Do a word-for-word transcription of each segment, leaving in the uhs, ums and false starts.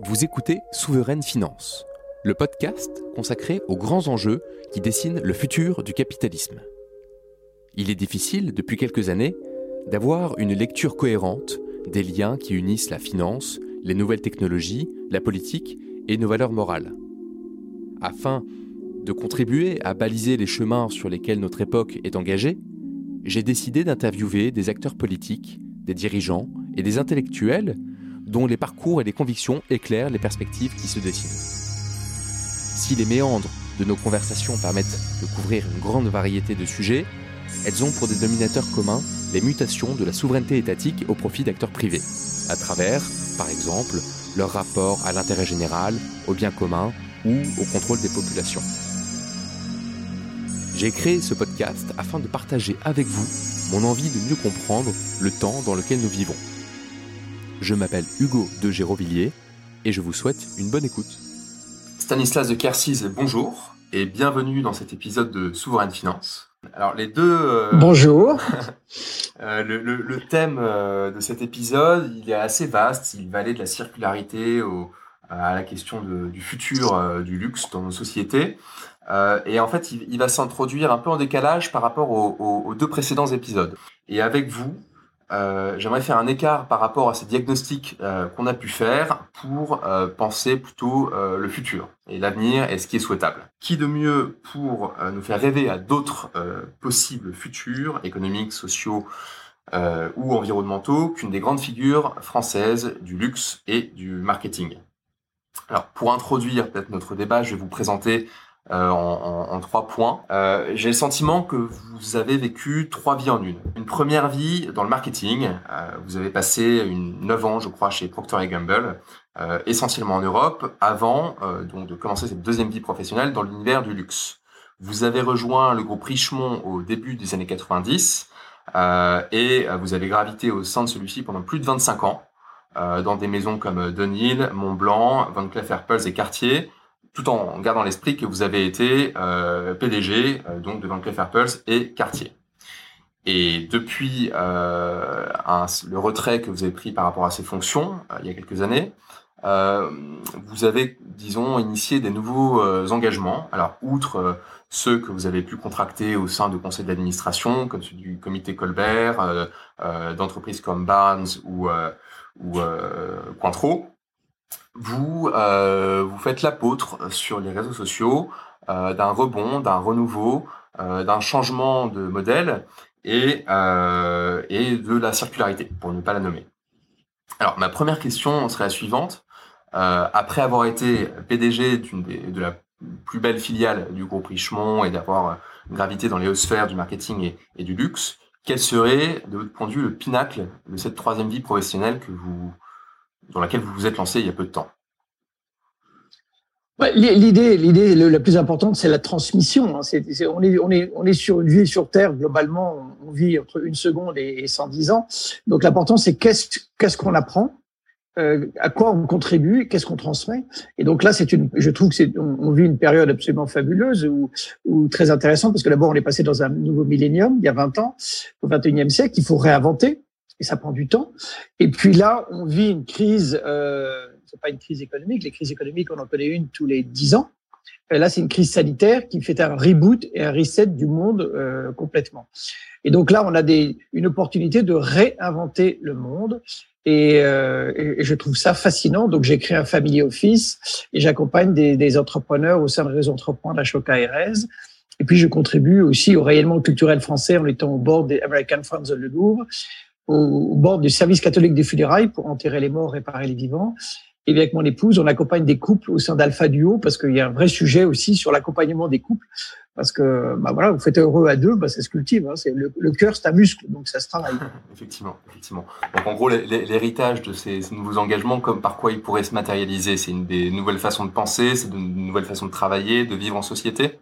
Vous écoutez Souveraine Finance, le podcast consacré aux grands enjeux qui dessinent le futur du capitalisme. Il est difficile, depuis quelques années, d'avoir une lecture cohérente des liens qui unissent la finance, les nouvelles technologies, la politique et nos valeurs morales. Afin de contribuer à baliser les chemins sur lesquels notre époque est engagée, j'ai décidé d'interviewer des acteurs politiques, des dirigeants et des intellectuels dont les parcours et les convictions éclairent les perspectives qui se dessinent. Si les méandres de nos conversations permettent de couvrir une grande variété de sujets, elles ont pour dénominateur commun les mutations de la souveraineté étatique au profit d'acteurs privés, à travers, par exemple, leur rapport à l'intérêt général, au bien commun ou au contrôle des populations. J'ai créé ce podcast afin de partager avec vous mon envie de mieux comprendre le temps dans lequel nous vivons. Je m'appelle Hugo de Gérovilliers et je vous souhaite une bonne écoute. Stanislas de Quercise, bonjour et bienvenue dans cet épisode de Souveraine Finance. Alors les deux... Euh, bonjour. euh, le, le, le thème euh, de cet épisode, il est assez vaste, il va aller de la circularité au, à la question de, du futur euh, du luxe dans nos sociétés. Euh, et en fait, il, il va s'introduire un peu en décalage par rapport aux, aux, aux deux précédents épisodes. Et avec vous, Euh, j'aimerais faire un écart par rapport à ces diagnostics euh, qu'on a pu faire pour euh, penser plutôt euh, le futur et l'avenir et ce qui est souhaitable. Qui de mieux pour euh, nous faire rêver à d'autres euh, possibles futurs économiques, sociaux euh, ou environnementaux qu'une des grandes figures françaises du luxe et du marketing. Alors, pour introduire peut-être notre débat, je vais vous présenter Euh, en, en, en trois points. Euh, j'ai le sentiment que vous avez vécu trois vies en une. Une première vie dans le marketing. Euh, vous avez passé une, neuf ans, je crois, chez Procter et Gamble, euh, essentiellement en Europe, avant euh, donc de commencer cette deuxième vie professionnelle dans l'univers du luxe. Vous avez rejoint le groupe Richemont au début des années quatre-vingt-dix euh, et vous avez gravité au sein de celui-ci pendant plus de vingt-cinq ans euh, dans des maisons comme Dunhill, Montblanc, Van Cleef Arpels et Cartier, tout en gardant à l'esprit que vous avez été euh, P D G euh, donc de Van Cleef Arpels et Cartier. Et depuis euh, un, le retrait que vous avez pris par rapport à ces fonctions euh, il y a quelques années, euh, vous avez, disons, initié des nouveaux euh, engagements. Alors, outre euh, ceux que vous avez pu contracter au sein de conseils d'administration, comme celui du comité Colbert, euh, euh, d'entreprises comme Barnes ou, euh, ou euh, Cointreau, Vous, euh, vous faites l'apôtre sur les réseaux sociaux euh, d'un rebond, d'un renouveau, euh, d'un changement de modèle et, euh, et de la circularité, pour ne pas la nommer. Alors, ma première question serait la suivante. Euh, après avoir été P D G d'une des, de la plus belle filiale du groupe Richemont et d'avoir gravité dans les hautes sphères du marketing et, et du luxe, quel serait, de votre point de vue, le pinacle de cette troisième vie professionnelle que vous... dans laquelle vous vous êtes lancé il y a peu de temps? Ouais, l'idée, l'idée la plus importante, c'est la transmission. C'est, c'est, on est, on est, on est sur une vie sur Terre. Globalement, on vit entre une seconde et cent dix ans. Donc, l'important, c'est qu'est-ce, qu'est-ce qu'on apprend, euh, à quoi on contribue, qu'est-ce qu'on transmet. Et donc là, c'est une, je trouve que c'est, on, on vit une période absolument fabuleuse ou, ou très intéressante parce que d'abord, on est passé dans un nouveau millénium, il y a vingt ans, au vingt et unième siècle, il faut réinventer. Et ça prend du temps. Et puis là, on vit une crise, euh, c'est pas une crise économique. Les crises économiques, on en connaît une tous les dix ans. Et là, c'est une crise sanitaire qui fait un reboot et un reset du monde euh, complètement. Et donc là, on a des, une opportunité de réinventer le monde. Et, euh, et je trouve ça fascinant. Donc, j'ai créé un Family Office et j'accompagne des, des entrepreneurs au sein de Réseau Entreprendre d'Ashoka Erez. Et puis, je contribue aussi au rayonnement culturel français en étant au bord des American Funds de Le Louvre, au bord du service catholique des funérailles pour enterrer les morts, réparer les vivants. Et bien avec mon épouse, on accompagne des couples au sein d'Alpha Duo parce qu'il y a un vrai sujet aussi sur l'accompagnement des couples. Parce que, bah voilà, vous faites heureux à deux, bah ça se cultive. Hein. C'est le, le cœur, c'est un muscle, donc ça se travaille. effectivement, effectivement. Donc en gros, l'héritage de ces, ces nouveaux engagements, comme par quoi ils pourraient se matérialiser, c'est une des nouvelles façons de penser, c'est une nouvelle façon de travailler, de vivre en société.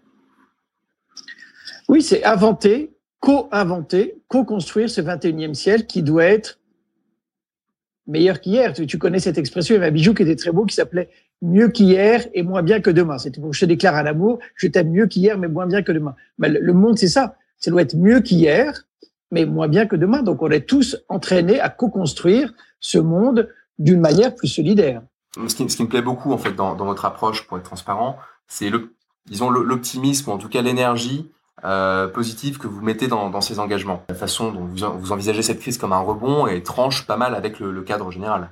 Oui, c'est inventer. co-inventer, co-construire ce vingt et unième siècle qui doit être meilleur qu'hier. Tu, tu connais cette expression, il y avait un bijou qui était très beau qui s'appelait « mieux qu'hier et moins bien que demain ». C'était pour « je te déclare un amour, je t'aime mieux qu'hier mais moins bien que demain ». Mais le, le monde, c'est ça. Ça doit être mieux qu'hier mais moins bien que demain. Donc, on est tous entraînés à co-construire ce monde d'une manière plus solidaire. ce qui, ce qui me plaît beaucoup en fait dans, dans votre approche, pour être transparent, c'est le, disons le- l'optimisme, ou en tout cas l'énergie euh, positive que vous mettez dans, dans ces engagements. La façon dont vous, vous envisagez cette crise comme un rebond et tranche pas mal avec le, le cadre général.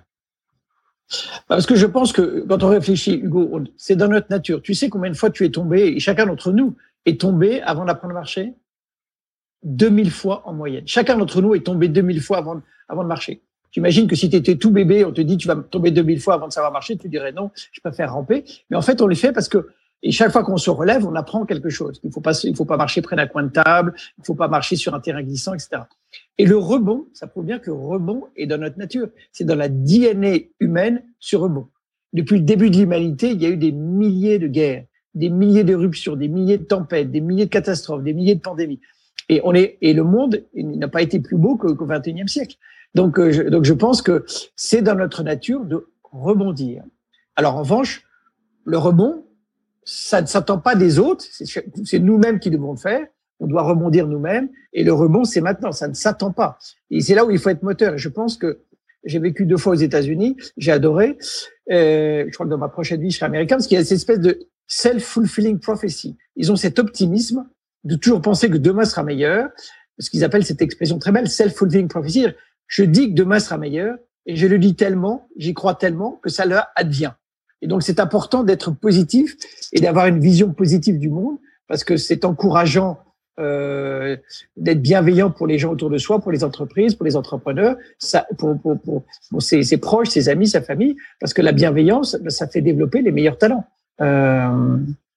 Parce que je pense que quand on réfléchit, Hugo, c'est dans notre nature. Tu sais combien de fois tu es tombé, et chacun d'entre nous est tombé avant d'apprendre à marcher? deux mille fois en moyenne. Chacun d'entre nous est tombé deux mille fois avant, avant de marcher. Tu imagines que si tu étais tout bébé, on te dit tu vas tomber deux mille fois avant de savoir marcher, tu dirais non, je préfère ramper. Mais en fait, on le fait parce que et chaque fois qu'on se relève, on apprend quelque chose. Il faut pas, il faut pas marcher près d'un coin de table, il faut pas marcher sur un terrain glissant, et cetera. Et le rebond, ça prouve bien que le rebond est dans notre nature. C'est dans la D N A humaine, ce rebond. Depuis le début de l'humanité, il y a eu des milliers de guerres, des milliers d'éruptions, des milliers de tempêtes, des milliers de catastrophes, des milliers de pandémies. Et on est, et le monde il n'a pas été plus beau qu'au vingt et unième siècle. Donc, euh, je, donc je pense que c'est dans notre nature de rebondir. Alors, en revanche, le rebond, ça ne s'attend pas des autres, c'est, c'est nous-mêmes qui devons le faire. On doit rebondir nous-mêmes. Et le rebond, c'est maintenant, ça ne s'attend pas. Et c'est là où il faut être moteur. Et je pense que j'ai vécu deux fois aux États-Unis, j'ai adoré. Euh, je crois que dans ma prochaine vie, je serai américain, parce qu'il y a cette espèce de self-fulfilling prophecy. Ils ont cet optimisme de toujours penser que demain sera meilleur, ce qu'ils appellent cette expression très belle, self-fulfilling prophecy. Je dis que demain sera meilleur, et je le dis tellement, j'y crois tellement, que ça leur advient. Et donc, c'est important d'être positif et d'avoir une vision positive du monde, parce que c'est encourageant euh, d'être bienveillant pour les gens autour de soi, pour les entreprises, pour les entrepreneurs, ça, pour, pour, pour, pour ses, ses proches, ses amis, sa famille, parce que la bienveillance, ça fait développer les meilleurs talents. Euh...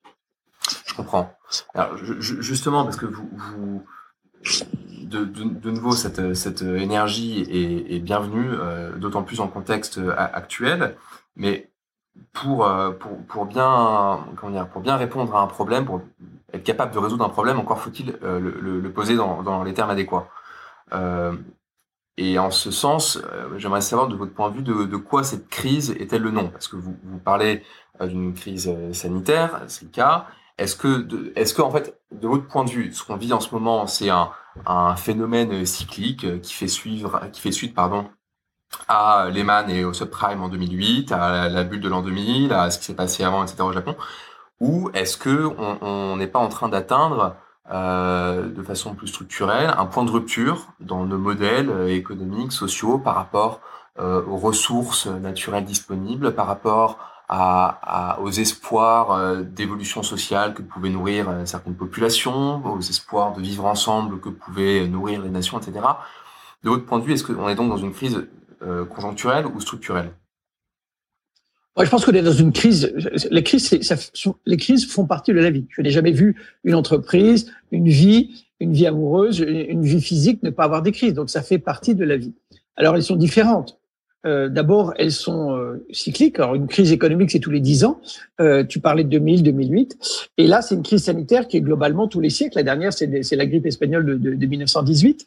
Je comprends. Alors, je, justement, parce que vous, vous de, de, de nouveau, cette, cette énergie est, est bienvenue, euh, d'autant plus en contexte actuel, mais pour, pour, pour, bien, comment dire, pour bien répondre à un problème, pour être capable de résoudre un problème, encore faut-il euh, le, le, le poser dans, dans les termes adéquats. Euh, et en ce sens, euh, j'aimerais savoir de votre point de vue de, de quoi cette crise est-elle le nom? Parce que vous, vous parlez euh, d'une crise sanitaire, c'est le cas. Est-ce que, de, est-ce que en fait, de votre point de vue, ce qu'on vit en ce moment, c'est un, un phénomène cyclique qui fait suivre, qui fait suite, pardon, à Lehman et au subprime en deux mille huit, à la, la bulle de l'an deux mille, à ce qui s'est passé avant, et cetera au Japon, ou est-ce que on n'est pas en train d'atteindre euh, de façon plus structurelle un point de rupture dans nos modèles économiques, sociaux, par rapport euh, aux ressources naturelles disponibles, par rapport à, à, aux espoirs euh, d'évolution sociale que pouvaient nourrir euh, certaines populations, aux espoirs de vivre ensemble que pouvaient nourrir les nations, et cetera. De votre point de vue, est-ce qu'on est donc dans une crise euh, conjoncturelle ou structurelle? Moi, je pense qu'on est dans une crise. Les crises, c'est, ça, les crises font partie de la vie. Je n'ai jamais vu une entreprise, une vie, une vie amoureuse, une vie physique ne pas avoir des crises. Donc, ça fait partie de la vie. Alors, elles sont différentes. Euh, d'abord, elles sont euh, cycliques. Alors, une crise économique, c'est tous les dix ans. Euh, tu parlais de deux mille, deux mille huit. Et là, c'est une crise sanitaire qui est globalement tous les siècles. La dernière, c'est, c'est la grippe espagnole de, de, de mille neuf cent dix-huit.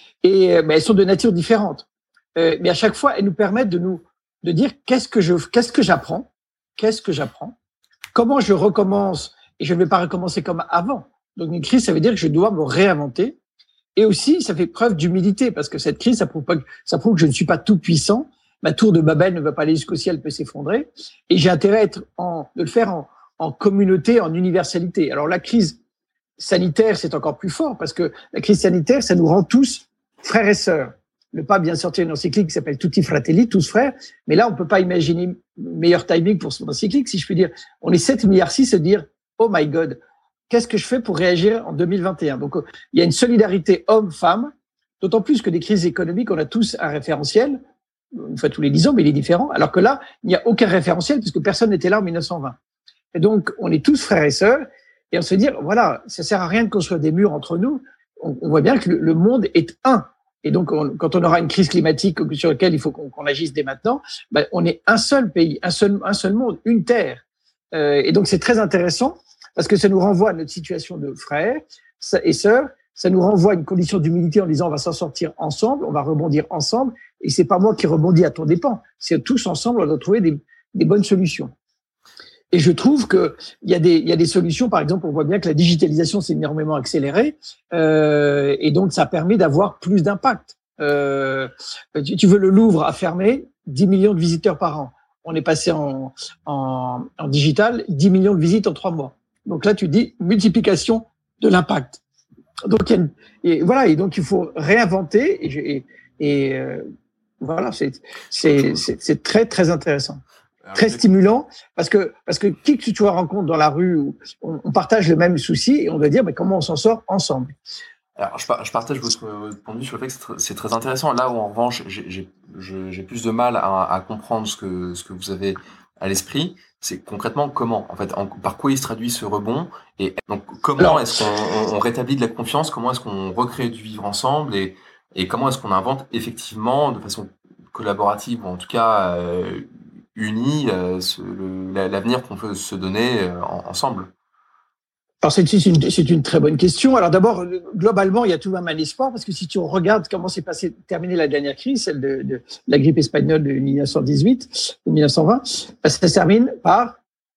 Et euh, mais elles sont de nature différente. Euh, mais à chaque fois, elles nous permettent de nous de dire qu'est-ce que je, qu'est-ce que j'apprends, qu'est-ce que j'apprends, comment je recommence, et je ne vais pas recommencer comme avant. Donc une crise, ça veut dire que je dois me réinventer. Et aussi, ça fait preuve d'humilité, parce que cette crise, ça prouve pas, ça prouve que je ne suis pas tout puissant. Ma tour de Babel ne va pas aller jusqu'au ciel, elle peut s'effondrer. Et j'ai intérêt à être en, de le faire en, en communauté, en universalité. Alors la crise sanitaire, c'est encore plus fort, parce que la crise sanitaire, ça nous rend tous frères et sœurs. Le pape vient de sortir une encyclique qui s'appelle Tutti Fratelli, tous frères. Mais là, on peut pas imaginer meilleur timing pour son encyclique, si je puis dire. On est sept milliards six à dire, oh my God, qu'est-ce que je fais pour réagir en deux mille vingt et un? Donc, il y a une solidarité homme-femme, d'autant plus que des crises économiques, on a tous un référentiel, une fois tous les dix ans, mais il est différent. Alors que là, il n'y a aucun référentiel puisque personne n'était là en mille neuf cent vingt. Et donc, on est tous frères et sœurs et on se dit, voilà, ça sert à rien de construire des murs entre nous. On, on voit bien que le, le monde est un. Et donc, on, quand on aura une crise climatique sur laquelle il faut qu'on, qu'on agisse dès maintenant, ben, on est un seul pays, un seul, un seul monde, une terre. Euh, et donc, c'est très intéressant parce que ça nous renvoie à notre situation de frères et sœurs. Ça nous renvoie à une condition d'humilité en disant on va s'en sortir ensemble, on va rebondir ensemble. Et c'est pas moi qui rebondis à ton dépens. C'est tous ensemble, on doit trouver des, des bonnes solutions. Et je trouve que il y a des il y a des solutions. Par exemple, on voit bien que la digitalisation s'est énormément accélérée, euh, et donc ça permet d'avoir plus d'impact. Euh, tu, tu veux le Louvre a fermé, dix millions de visiteurs par an. on est passé en, en, en digital, dix millions de visites en trois mois. Donc là, tu dis multiplication de l'impact. Donc, il y a une, et voilà, et donc il faut réinventer, et, et, et euh, voilà, c'est, c'est, c'est, c'est très, très intéressant. Très stimulant, parce que, parce que qui que tu rencontres dans la rue, on, on partage le même souci, et on doit dire, mais comment on s'en sort ensemble. Alors, je, je partage votre, votre point de vue sur le fait que c'est très, c'est très intéressant. Là où, en revanche, j'ai, j'ai, j'ai plus de mal à, à comprendre ce que, ce que vous avez à l'esprit, c'est concrètement comment, en fait, en, par quoi il se traduit ce rebond, et donc comment Alors, est-ce qu'on on, on rétablit de la confiance, comment est-ce qu'on recrée du vivre ensemble, et, et comment est-ce qu'on invente effectivement, de façon collaborative, ou en tout cas euh, unie, euh, ce, le, l'avenir qu'on peut se donner euh, en, ensemble. Alors c'est une, c'est une très bonne question. Alors d'abord, globalement, il y a tout de même un espoir, parce que si tu regardes comment s'est passé, terminée la dernière crise, celle de, de la grippe espagnole de dix-neuf cent dix-huit ou dix-neuf cent vingt, ça se termine par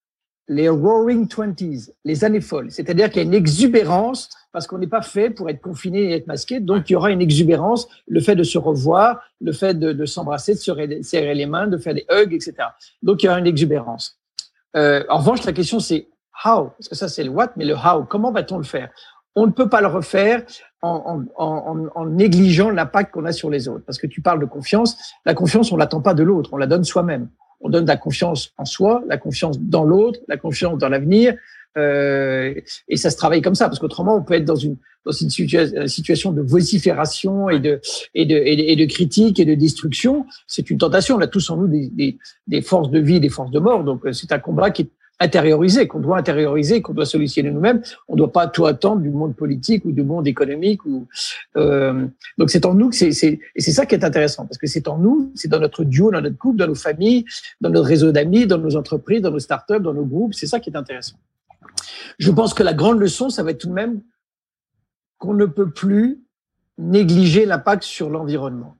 les Roaring Twenties, les années folles. C'est-à-dire qu'il y a une exubérance, parce qu'on n'est pas fait pour être confiné et être masqué. Donc il y aura une exubérance, le fait de se revoir, le fait de, de s'embrasser, de se serrer les mains, de faire des hugs, et cetera. Donc il y aura une exubérance. Euh, en revanche, la question c'est how, parce que ça c'est le what, mais le how, comment va-t-on le faire? On ne peut pas le refaire en, en, en, en négligeant l'impact qu'on a sur les autres. Parce que tu parles de confiance, la confiance on l'attend pas de l'autre, on la donne soi-même. On donne la confiance en soi, la confiance dans l'autre, la confiance dans l'avenir, euh, et ça se travaille comme ça, parce qu'autrement on peut être dans une dans une situa- situation de vocifération et de et de et de, et de critique et de destruction. C'est une tentation. On a tous en nous des, des, des forces de vie, des forces de mort. Donc c'est un combat qui est intériorisé, qu'on doit intérioriser, qu'on doit solutionner nous-mêmes. On ne doit pas tout attendre du monde politique ou du monde économique. Ou euh, donc c'est en nous que c'est, c'est et c'est ça qui est intéressant, parce que c'est en nous, c'est dans notre duo, dans notre couple, dans nos familles, dans notre réseau d'amis, dans nos entreprises, dans nos startups, dans nos groupes. C'est ça qui est intéressant. Je pense que la grande leçon, ça va être tout de même qu'on ne peut plus négliger l'impact sur l'environnement.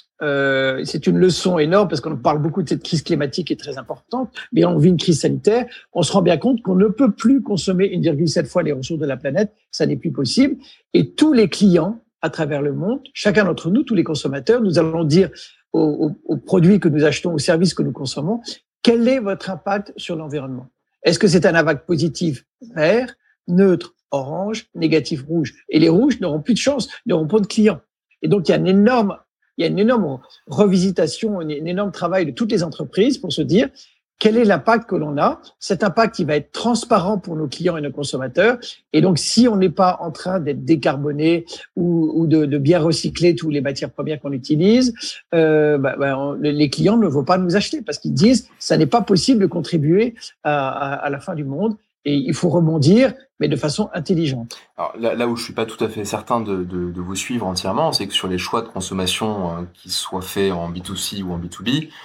Euh, c'est une leçon énorme, parce qu'on parle beaucoup de cette crise climatique qui est très importante, mais on vit une crise sanitaire. On se rend bien compte qu'on ne peut plus consommer une virgule sept fois les ressources de la planète. Ça n'est plus possible. Et tous les clients à travers le monde, chacun d'entre nous, tous les consommateurs, nous allons dire aux, aux, aux produits que nous achetons, aux services que nous consommons, quel est votre impact sur l'environnement? Est-ce que c'est un impact positif vert, neutre orange, négatif rouge? Et les rouges n'auront plus de chance, n'auront pas de clients. Et donc il y a un énorme Il y a une énorme revisitation, un énorme travail de toutes les entreprises pour se dire quel est l'impact que l'on a. Cet impact, il va être transparent pour nos clients et nos consommateurs. Et donc, si on n'est pas en train d'être décarboné ou, ou de, de bien recycler toutes les matières premières qu'on utilise, euh, bah, bah, on, les clients ne vont pas nous acheter, parce qu'ils disent ça n'est pas possible de contribuer à, à, à la fin du monde. Et il faut rebondir, mais de façon intelligente. Alors là, là où je suis pas tout à fait certain de, de, de vous suivre entièrement, c'est que sur les choix de consommation, euh, qui soient faits en B deux C ou en B deux B,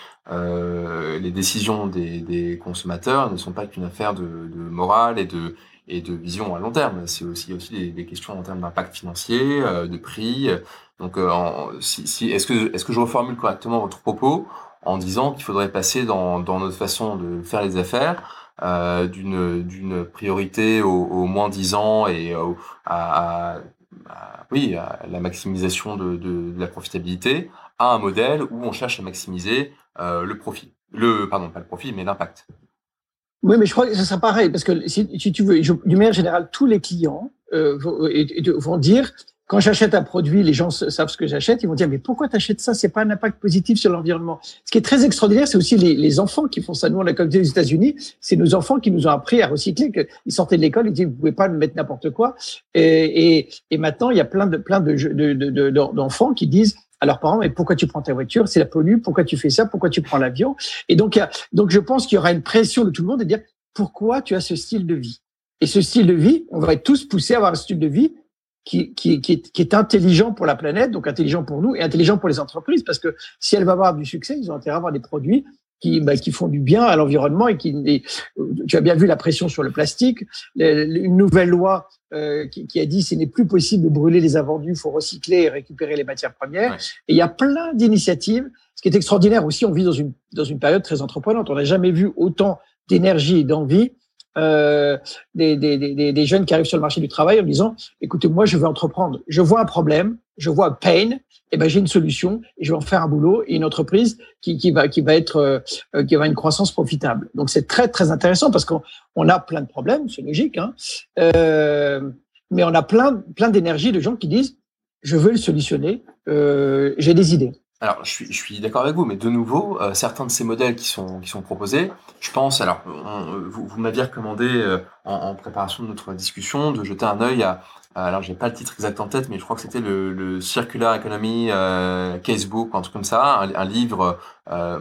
euh, les décisions des, des consommateurs ne sont pas qu'une affaire de, de morale et de, et de vision à long terme. C'est aussi, aussi des, des questions en termes d'impact financier, euh, de prix. Donc, euh, en, si, si, est-ce que, est-ce que je reformule correctement votre propos en disant qu'il faudrait passer dans, dans notre façon de faire les affaires, Euh, d'une d'une priorité au, au moins dix ans et au, à, à, à oui à la maximisation de, de, de la profitabilité, à un modèle où on cherche à maximiser euh, le profit, le pardon pas le profit mais l'impact. Oui, mais je crois que ça sera pareil, parce que si, si tu veux, je, d'une manière générale, tous les clients euh, vont, et, et vont dire, quand j'achète un produit, les gens savent ce que j'achète, ils vont dire, mais pourquoi t'achètes ça? C'est pas un impact positif sur l'environnement. Ce qui est très extraordinaire, c'est aussi les, les enfants qui font ça. Nous, on a comme aux États-Unis, c'est nos enfants qui nous ont appris à recycler, qu'ils sortaient de l'école, ils disaient, vous pouvez pas mettre n'importe quoi. Et, et, et maintenant, il y a plein de, plein de, de, de, de, d'enfants qui disent à leurs parents, mais pourquoi tu prends ta voiture? C'est la pollue. Pourquoi tu fais ça? Pourquoi tu prends l'avion? Et donc, il y a, donc, je pense qu'il y aura une pression de tout le monde de dire, pourquoi tu as ce style de vie? Et ce style de vie, on va être tous poussés à avoir un style de vie qui, qui, qui, est, qui est intelligent pour la planète, donc intelligent pour nous et intelligent pour les entreprises, parce que si elles veulent avoir du succès, ils ont intérêt à avoir des produits qui, bah, qui font du bien à l'environnement et qui, et, tu as bien vu la pression sur le plastique, une nouvelle loi euh, qui, qui a dit qu'il n'est plus possible de brûler les invendus, il faut recycler et récupérer les matières premières. Ouais. Et il y a plein d'initiatives. Ce qui est extraordinaire aussi, on vit dans une, dans une période très entreprenante. On n'a jamais vu autant d'énergie et d'envie euh, des, des, des, des jeunes qui arrivent sur le marché du travail en disant, écoutez, moi, je veux entreprendre. Je vois un problème, je vois un pain, et ben j'ai une solution et je vais en faire un boulot et une entreprise qui, qui va qui va être euh, qui va avoir une croissance profitable. Donc c'est très très intéressant parce qu'on on a plein de problèmes, c'est logique, hein, euh, mais on a plein plein d'énergie de gens qui disent, je veux le solutionner, euh, j'ai des idées. Alors, je suis, je suis d'accord avec vous, mais de nouveau, euh, certains de ces modèles qui sont, qui sont proposés, je pense, alors, on, vous, vous m'aviez recommandé euh, en, en préparation de notre discussion de jeter un œil à, à alors j'ai pas le titre exact en tête, mais je crois que c'était le, le Circular Economy euh, Casebook, ou un truc comme ça, un, un livre euh,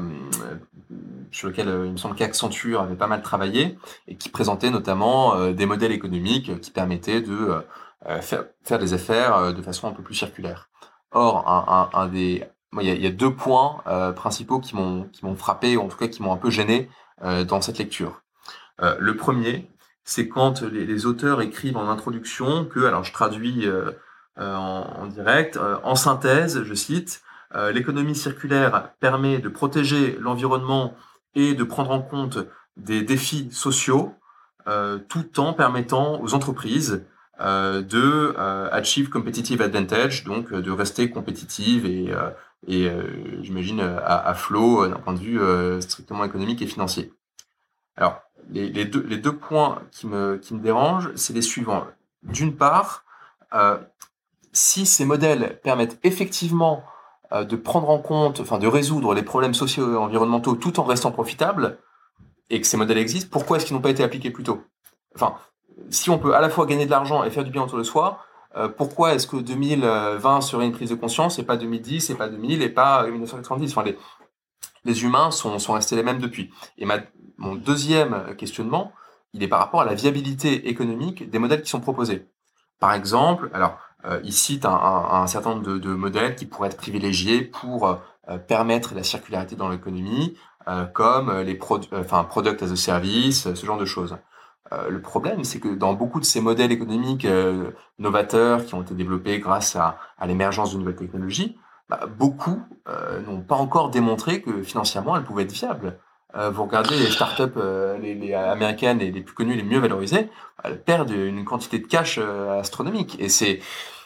sur lequel euh, il me semble qu'Accenture avait pas mal travaillé et qui présentait notamment euh, des modèles économiques qui permettaient de euh, faire, faire des affaires euh, de façon un peu plus circulaire. Or, un, un, un des Moi, il y a, il y a deux points euh, principaux qui m'ont qui m'ont frappé, ou en tout cas qui m'ont un peu gêné euh, dans cette lecture. Euh, le premier, c'est quand les, les auteurs écrivent en introduction que, alors je traduis euh, euh, en, en direct, euh, en synthèse, je cite, euh, l'économie circulaire permet de protéger l'environnement et de prendre en compte des défis sociaux, euh, tout en permettant aux entreprises euh, de euh, achieve competitive advantage, donc de rester compétitive et euh, et euh, j'imagine à, à flot d'un point de vue euh, strictement économique et financier. Alors, les, les, deux, les deux points qui me, qui me dérangent, c'est les suivants. D'une part, euh, si ces modèles permettent effectivement euh, de prendre en compte, enfin de résoudre les problèmes sociaux et environnementaux tout en restant profitables, et que ces modèles existent, pourquoi est-ce qu'ils n'ont pas été appliqués plus tôt ? Enfin, si on peut à la fois gagner de l'argent et faire du bien autour de soi, Euh, pourquoi est-ce que deux mille vingt serait une prise de conscience et pas deux mille dix, et pas deux mille, et pas mille neuf cent quatre-vingt-dix? Enfin, les, les humains sont, sont restés les mêmes depuis. Et ma, mon deuxième questionnement, il est par rapport à la viabilité économique des modèles qui sont proposés. Par exemple, alors, euh, il cite un, un, un certain nombre de, de modèles qui pourraient être privilégiés pour euh, permettre la circularité dans l'économie, euh, comme les produ- enfin, product as a service, ce genre de choses. Euh, le problème, c'est que dans beaucoup de ces modèles économiques euh, novateurs qui ont été développés grâce à, à l'émergence de nouvelles technologies, bah, beaucoup euh, n'ont pas encore démontré que financièrement elles pouvaient être viables. Euh, vous regardez les startups euh, les, les américaines et les plus connues, les mieux valorisées, elles perdent une quantité de cash euh, astronomique. Et c'est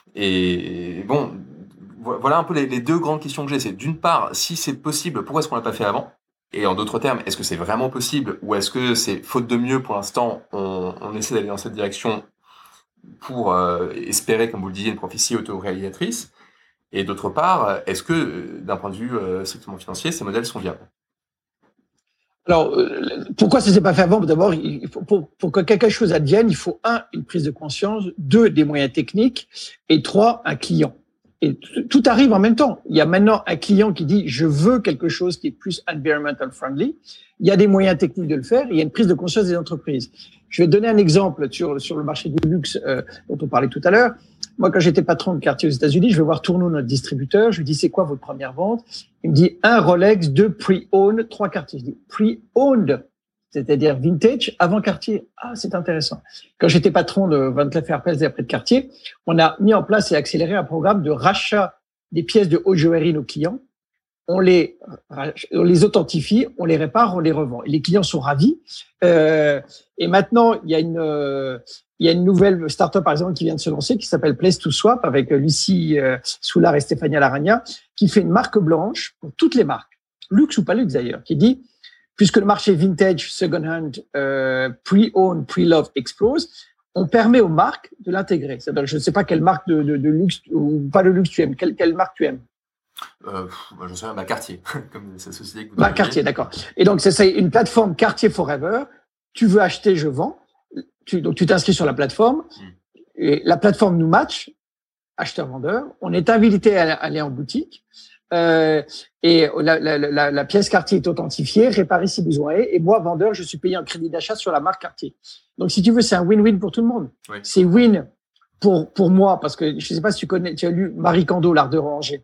et bon, voilà un peu les, les deux grandes questions que j'ai. C'est d'une part, si c'est possible, pourquoi est-ce qu'on l'a pas fait avant ? Et en d'autres termes, est-ce que c'est vraiment possible ou est-ce que c'est faute de mieux pour l'instant, on, on essaie d'aller dans cette direction pour euh, espérer, comme vous le disiez, une prophétie autoréalisatrice? Et d'autre part, est-ce que d'un point de vue euh, strictement financier, ces modèles sont viables? Alors, euh, pourquoi ça ne s'est pas fait avant ? D'abord, il faut, pour, pour que quelque chose advienne, il faut un, une prise de conscience, deux, des moyens techniques, et trois, un client. Et tout arrive en même temps. Il y a maintenant un client qui dit « je veux quelque chose qui est plus environmental friendly ». Il y a des moyens techniques de le faire, et il y a une prise de conscience des entreprises. Je vais donner un exemple sur, sur le marché du luxe euh, dont on parlait tout à l'heure. Moi, quand j'étais patron de quartier aux États-Unis, je vais voir Tourneau, notre distributeur. Je lui dis, c'est quoi votre première vente? Il me dit, un Rolex, deux pre-owned, trois Cartier. Je dis, pre-owned, c'est-à-dire vintage, avant Cartier. Ah, c'est intéressant. Quand j'étais patron de Van Cleef Arpels et après de Cartier, on a mis en place et accéléré un programme de rachat des pièces de haute joaillerie nos clients. On les, on les authentifie, on les répare, on les revend. Et les clients sont ravis. Euh, et maintenant, il y a une, euh, il y a une nouvelle start-up, par exemple, qui vient de se lancer, qui s'appelle Place to Swap, avec Lucie euh, Soulard et Stéphania Laragna, qui fait une marque blanche pour toutes les marques, luxe ou pas luxe d'ailleurs, qui dit, puisque le marché vintage, second-hand, euh, pre-owned, pre-love explose, on permet aux marques de l'intégrer. C'est-à-dire, je ne sais pas quelle marque de, de, de luxe ou pas de luxe tu aimes, quelle, quelle marque tu aimes. Euh, moi, je sais pas, ma Cartier, comme cette société que vous Ma Cartier, d'accord. Et donc, c'est ça, une plateforme Cartier Forever. Tu veux acheter, je vends. Tu, donc, tu t'inscris sur la plateforme. Mm. Et la plateforme nous match, acheteur-vendeur. On est invité à aller en boutique. Euh, et la, la, la, la pièce Cartier est authentifiée, réparée si besoin est. Et moi, vendeur, je suis payé en crédit d'achat sur la marque Cartier. Donc, si tu veux, c'est un win-win pour tout le monde. Oui. C'est win pour, pour moi, parce que je ne sais pas si tu connais, tu as lu Marie Kondo, L'Art de ranger.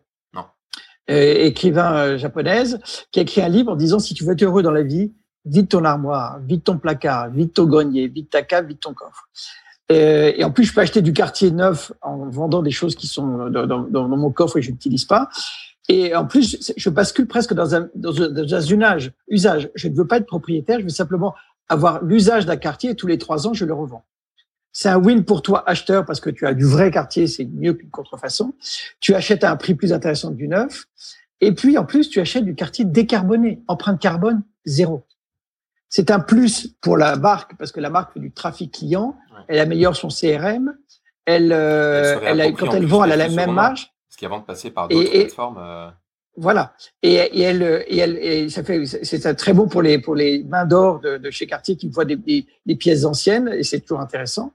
Euh, écrivain euh, japonaise, qui a écrit un livre en disant, si tu veux être heureux dans la vie, vide ton armoire, vide ton placard, vide ton grenier, vide ta cave, vide ton coffre. Euh, et en plus, je peux acheter du Cartier neuf en vendant des choses qui sont dans, dans, dans mon coffre et je n'utilise pas. Et en plus, je bascule presque dans un, dans un, dans un usage, usage. Je ne veux pas être propriétaire, je veux simplement avoir l'usage d'un quartier et tous les trois ans, je le revends. C'est un win pour toi, acheteur, parce que tu as du vrai quartier, c'est mieux qu'une contrefaçon. Tu achètes à un prix plus intéressant que du neuf. Et puis, en plus, tu achètes du quartier décarboné, empreinte carbone zéro. C'est un plus pour la marque, parce que la marque fait du trafic client, ouais. Elle améliore son C R M, elle, euh, elle, elle a, quand elle vend, elle a la même marge. Parce qu'avant de passer par d'autres et, plateformes. Euh... Voilà. Et, et elle, et elle, et ça fait, c'est très beau pour les pour les mains d'or de, de chez Cartier qui voient des, des, des pièces anciennes, et c'est toujours intéressant.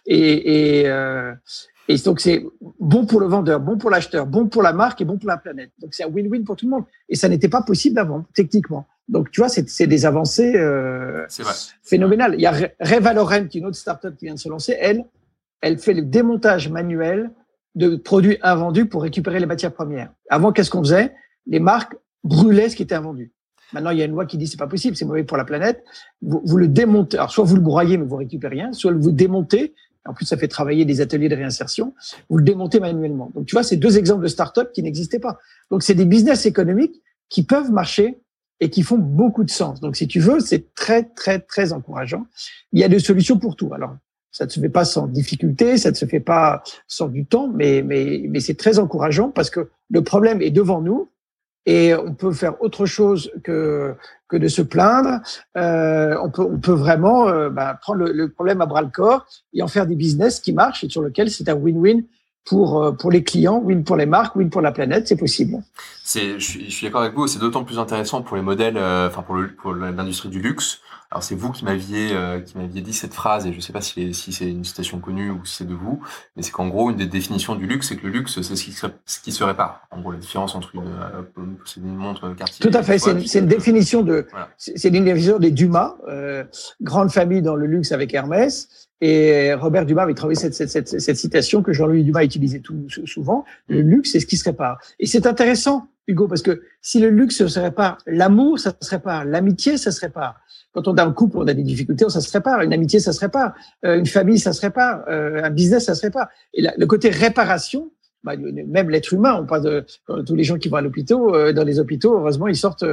Et, et, euh, et donc c'est bon pour le vendeur, bon pour l'acheteur, bon pour la marque et bon pour la planète. Donc c'est un win-win pour tout le monde. Et ça n'était pas possible avant, techniquement. Donc tu vois, c'est, c'est des avancées euh, c'est vrai. phénoménales. Il y a Reva Lauren, qui est une autre start-up qui vient de se lancer. Elle, elle fait le démontage manuel de produits invendus pour récupérer les matières premières. Avant, qu'est-ce qu'on faisait? Les marques brûlaient ce qui était invendu. Maintenant, il y a une loi qui dit c'est pas possible, c'est mauvais pour la planète. Vous, vous le démontez. Alors, soit vous le broyez, mais vous récupérez rien, soit vous le démontez. En plus, ça fait travailler des ateliers de réinsertion. Vous le démontez manuellement. Donc, tu vois, c'est deux exemples de start-up qui n'existaient pas. Donc, c'est des business économiques qui peuvent marcher et qui font beaucoup de sens. Donc, si tu veux, c'est très, très, très encourageant. Il y a des solutions pour tout. Alors, ça ne se fait pas sans difficulté, ça ne se fait pas sans du temps, mais, mais, mais c'est très encourageant parce que le problème est devant nous. Et on peut faire autre chose que que de se plaindre. Euh, on peut on peut vraiment euh, bah, prendre le, le problème à bras le corps et en faire des business qui marchent et sur lequel c'est un win-win pour pour les clients, win pour les marques, win pour la planète. C'est possible. C'est je suis je suis d'accord avec vous. C'est d'autant plus intéressant pour les modèles, euh, enfin pour le pour l'industrie du luxe. Alors c'est vous qui m'aviez euh, qui m'aviez dit cette phrase et je sais pas si si c'est une citation connue ou si c'est de vous, mais c'est qu'en gros une des définitions du luxe c'est que le luxe c'est ce qui se, ce qui se répare. En gros la différence entre une euh, c'est une montre Cartier. Tout à fait, c'est une, c'est une définition de voilà. c'est une définition des Dumas, euh, grande famille dans le luxe avec Hermès. Et Robert Dumas avait trouvé cette, cette, cette, cette citation que Jean-Louis Dumas utilisait tout, souvent. Le luxe, c'est ce qui se répare. Et c'est intéressant, Hugo, parce que si le luxe se répare, l'amour, ça se répare, l'amitié, ça se répare. Quand on a un couple, on a des difficultés, ça se répare. Une amitié, ça se répare. Euh, une famille, ça se répare. Euh, un business, ça se répare. Et la, le côté réparation, bah, même l'être humain, on parle de tous les gens qui vont à l'hôpital, euh, dans les hôpitaux, heureusement, ils sortent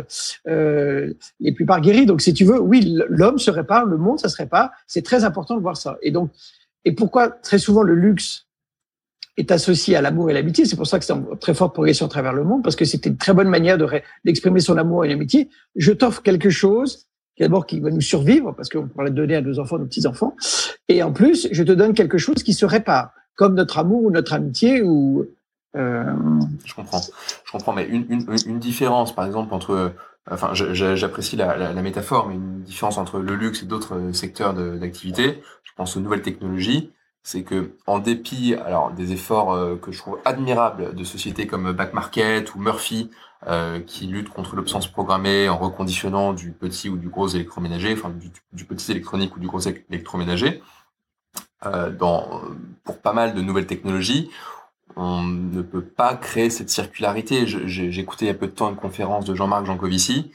euh, les plupart guéris. Donc, si tu veux, oui, l'homme se répare, le monde, ça se répare. C'est très important de voir ça. Et donc, et pourquoi très souvent le luxe est associé à l'amour et l'amitié? C'est pour ça que c'est en très forte progression à travers le monde, parce que c'était une très bonne manière de ré, d'exprimer son amour et l'amitié. Je t'offre quelque chose, d'abord qui va nous survivre, parce qu'on pourra le donner à nos enfants, nos petits-enfants. Et en plus, je te donne quelque chose qui se répare, comme notre amour ou notre amitié ou euh... Je comprends, je comprends, mais une, une, une différence, par exemple, entre, enfin, j'apprécie la, la, la métaphore, mais une différence entre le luxe et d'autres secteurs de, d'activité, je pense aux nouvelles technologies, c'est que, en dépit, alors, des efforts euh, que je trouve admirables de sociétés comme Back Market ou Murphy, euh, qui luttent contre l'obsolescence programmée en reconditionnant du petit ou du gros électroménager, enfin, du, du petit électronique ou du gros électroménager, euh, dans, pour pas mal de nouvelles technologies, on ne peut pas créer cette circularité. Je, j'ai, j'ai écouté il y a peu de temps une conférence de Jean-Marc Jancovici,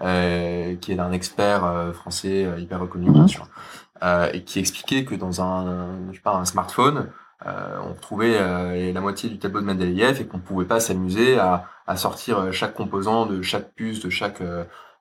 euh, qui est un expert euh, français euh, hyper reconnu, bien sûr, euh, et qui expliquait que dans un, je sais pas, un smartphone, euh, on retrouvait euh, la moitié du tableau de Mendeleïev et qu'on pouvait pas s'amuser à, à sortir chaque composant de chaque puce, de chaque euh,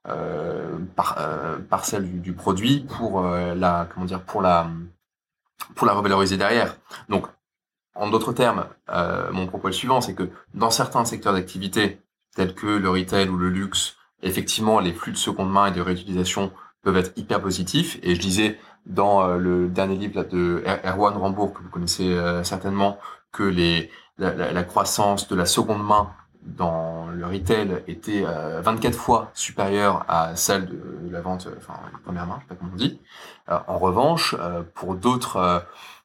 euh, par, euh, parcelle du, du produit pour euh, la, comment dire, pour la pour la revaloriser derrière. Donc, en d'autres termes, euh, mon propos est le suivant, c'est que dans certains secteurs d'activité, tels que le retail ou le luxe, effectivement, les flux de seconde main et de réutilisation peuvent être hyper positifs. Et je disais dans euh, le dernier livre là, de Erwan Rambourg, que vous connaissez euh, certainement, que les, la, la, la croissance de la seconde main dans le retail était euh, vingt-quatre fois supérieure à celle de, de la vente, enfin, la première main, je sais pas comment on dit. Euh, en revanche, euh, pour d'autres euh,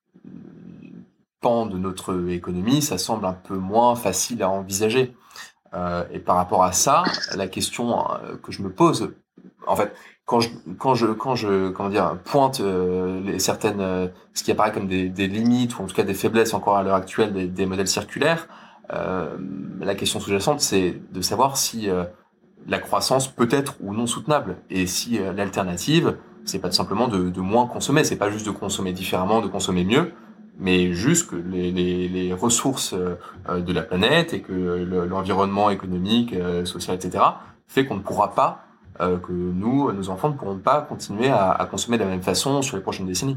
pans de notre économie, ça semble un peu moins facile à envisager. Euh, et par rapport à ça, la question euh, que je me pose, en fait, quand je, quand je, quand je, comment dire, pointe euh, les, certaines, euh, ce qui apparaît comme des, des limites ou en tout cas des faiblesses encore à l'heure actuelle des, des modèles circulaires, euh, la question sous-jacente, c'est de savoir si euh, la croissance peut être ou non soutenable, et si euh, l'alternative, c'est pas tout simplement de, de moins consommer, c'est pas juste de consommer différemment, de consommer mieux, mais juste que les, les, les ressources euh, de la planète et que le, l'environnement économique, euh, social, et cetera, fait qu'on ne pourra pas euh, que nous, nos enfants ne pourront pas continuer à, à consommer de la même façon sur les prochaines décennies.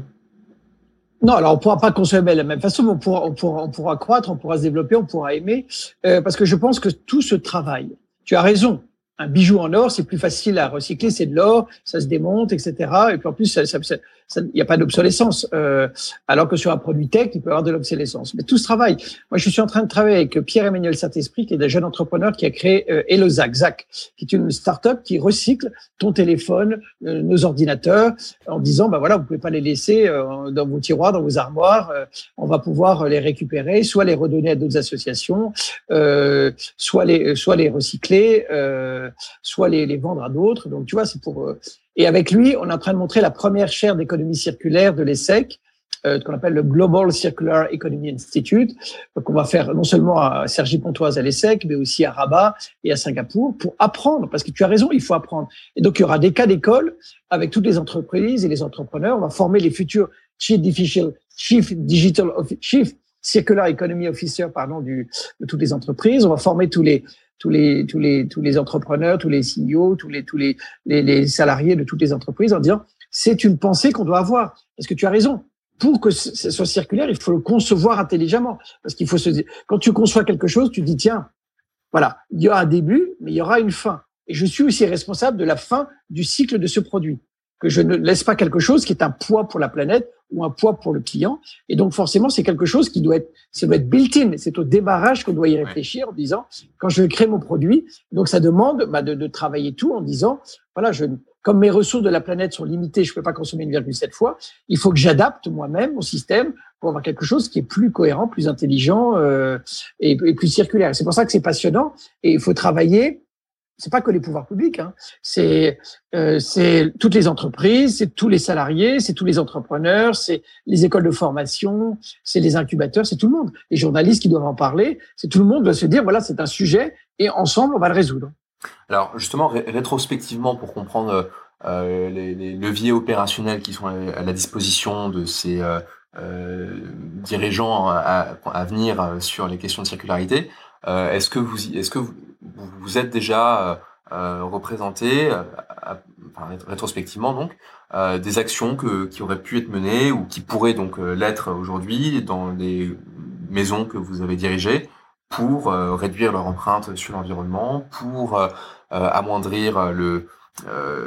Non, alors on pourra pas consommer de la même façon, mais on pourra, on pourra, on pourra croître, on pourra se développer, on pourra aimer, euh, parce que je pense que tout se travaille. Tu as raison. Un bijou en or, c'est plus facile à recycler, c'est de l'or, ça se démonte, et cetera. Et puis en plus, ça, ça, ça, il n'y a pas d'obsolescence. Euh, alors que sur un produit tech, il peut y avoir de l'obsolescence. Mais tout se travaille. Moi, je suis en train de travailler avec Pierre-Emmanuel Saint-Esprit, qui est un jeune entrepreneur qui a créé euh, HelloZac, Zac, qui est une start-up qui recycle ton téléphone, euh, nos ordinateurs, en disant, bah voilà, vous pouvez pas les laisser euh, dans vos tiroirs, dans vos armoires. Euh, on va pouvoir les récupérer, soit les redonner à d'autres associations, euh, soit les, soit les recycler. Euh, soit les, les vendre à d'autres. Donc, tu vois, c'est pour... Euh... Et avec lui, on est en train de montrer la première chaire d'économie circulaire de l'E S S E C, euh, qu'on appelle le Global Circular Economy Institute, qu'on va faire non seulement à Cergy-Pontoise à l'E S S E C, mais aussi à Rabat et à Singapour, pour apprendre, parce que tu as raison, il faut apprendre. Et donc, il y aura des cas d'école avec toutes les entreprises et les entrepreneurs. On va former les futurs Chief Digital, Chief Digital Chief Circular Economy Officer, pardon, du, de toutes les entreprises. On va former tous les tous les tous les tous les entrepreneurs, tous les C E O, tous les tous les les, les salariés de toutes les entreprises en disant c'est une pensée qu'on doit avoir, parce que tu as raison. Pour que ce soit circulaire, il faut le concevoir intelligemment, parce qu'il faut se dire, quand tu conçois quelque chose, tu dis tiens, voilà, il y aura un début, mais il y aura une fin, et je suis aussi responsable de la fin du cycle de ce produit, que je ne laisse pas quelque chose qui est un poids pour la planète ou un poids pour le client. Et donc, forcément, c'est quelque chose qui doit être, ça doit être built-in. C'est au démarrage qu'on doit y réfléchir en disant, quand je crée mon produit, donc ça demande bah, de, de travailler tout en disant, voilà, je, comme mes ressources de la planète sont limitées, je peux pas consommer une virgule sept fois, il faut que j'adapte moi-même mon système pour avoir quelque chose qui est plus cohérent, plus intelligent euh, et, et plus circulaire. C'est pour ça que c'est passionnant et il faut travailler. C'est pas que les pouvoirs publics, hein. C'est euh, c'est toutes les entreprises, c'est tous les salariés, c'est tous les entrepreneurs, c'est les écoles de formation, c'est les incubateurs, c'est tout le monde. Les journalistes qui doivent en parler, c'est tout le monde doit se dire voilà, c'est un sujet et ensemble on va le résoudre. Alors justement, ré- rétrospectivement, pour comprendre euh, les, les leviers opérationnels qui sont à, à la disposition de ces euh, euh, dirigeants à, à venir sur les questions de circularité, euh, est-ce que vous est-ce que vous, vous êtes déjà euh, représenté, euh, à, enfin, rétrospectivement donc, euh, des actions que, qui auraient pu être menées ou qui pourraient donc euh, l'être aujourd'hui dans les maisons que vous avez dirigées pour euh, réduire leur empreinte sur l'environnement, pour euh, euh, amoindrir le, euh,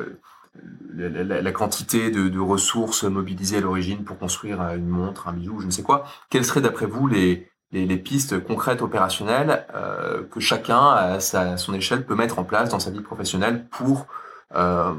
la, la, la quantité de, de ressources mobilisées à l'origine pour construire une montre, un bijou, je ne sais quoi. Quelles seraient d'après vous les, les, les pistes concrètes opérationnelles euh, que chacun à, sa, à son échelle peut mettre en place dans sa vie professionnelle pour euh,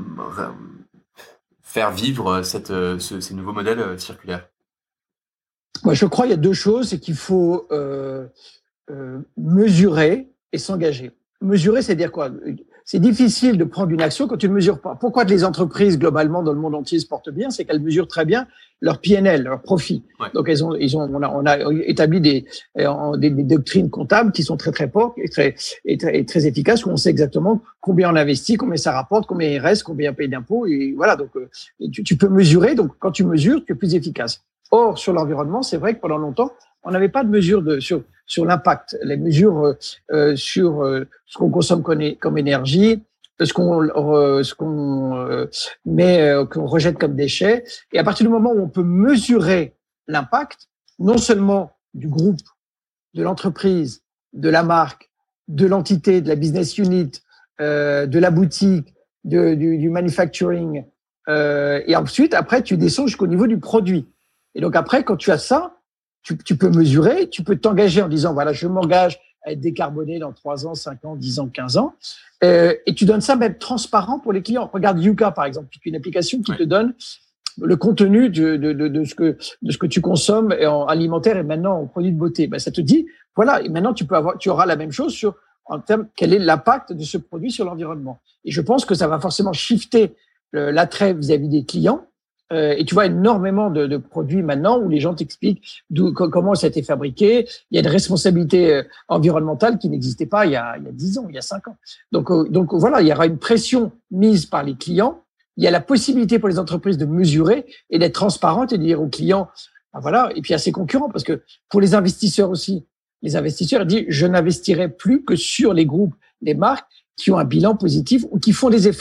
faire vivre cette, ce, ces nouveaux modèles circulaires? Moi, je crois qu'il y a deux choses, c'est qu'il faut euh, euh, mesurer et s'engager. Mesurer, c'est dire quoi? C'est difficile de prendre une action quand tu ne mesures pas. Pourquoi les entreprises, globalement, dans le monde entier, se portent bien? C'est qu'elles mesurent très bien leur P and L, leur profit. Ouais. Donc, elles ont, ils ont, on a, on a établi des, des, des doctrines comptables qui sont très, très fortes et très, et très, et très efficaces, où on sait exactement combien on investit, combien ça rapporte, combien il reste, combien on paye d'impôts. Et voilà. Donc, tu, tu peux mesurer. Donc, quand tu mesures, tu es plus efficace. Or, sur l'environnement, c'est vrai que pendant longtemps, on n'avait pas de mesure de, sur, sur l'impact, les mesures euh, sur euh, ce qu'on consomme comme, comme énergie, ce qu'on, euh, ce qu'on euh, met, euh, qu'on rejette comme déchets. Et à partir du moment où on peut mesurer l'impact, non seulement du groupe, de l'entreprise, de la marque, de l'entité, de la business unit, euh, de la boutique, de, du, du manufacturing, euh, et ensuite, après, tu descends jusqu'au niveau du produit. Et donc après, quand tu as ça, tu, tu peux mesurer, tu peux t'engager en disant, voilà, je m'engage à être décarboné dans trois ans, cinq ans, dix ans, quinze ans. Euh, et tu donnes ça même transparent pour les clients. Regarde Yuka, par exemple, qui est une application qui ouais. te donne le contenu de, de, de, de, ce que, de ce que tu consommes en alimentaire et maintenant en produits de beauté. Ben, ça te dit, voilà, et maintenant tu peux avoir, tu auras la même chose sur, en termes, quel est l'impact de ce produit sur l'environnement. Et je pense que ça va forcément shifter l'attrait vis-à-vis des clients. Euh, et tu vois énormément de, de produits maintenant où les gens t'expliquent d'où, comment ça a été fabriqué. Il y a une responsabilité euh, environnementale qui n'existait pas il y a, il y a dix ans, il y a cinq ans. Donc, euh, donc voilà, il y aura une pression mise par les clients. Il y a la possibilité pour les entreprises de mesurer et d'être transparentes et de dire aux clients, ben voilà. Et puis à ses concurrents, parce que pour les investisseurs aussi, les investisseurs disent, je n'investirai plus que sur les groupes, les marques qui ont un bilan positif ou qui font des efforts.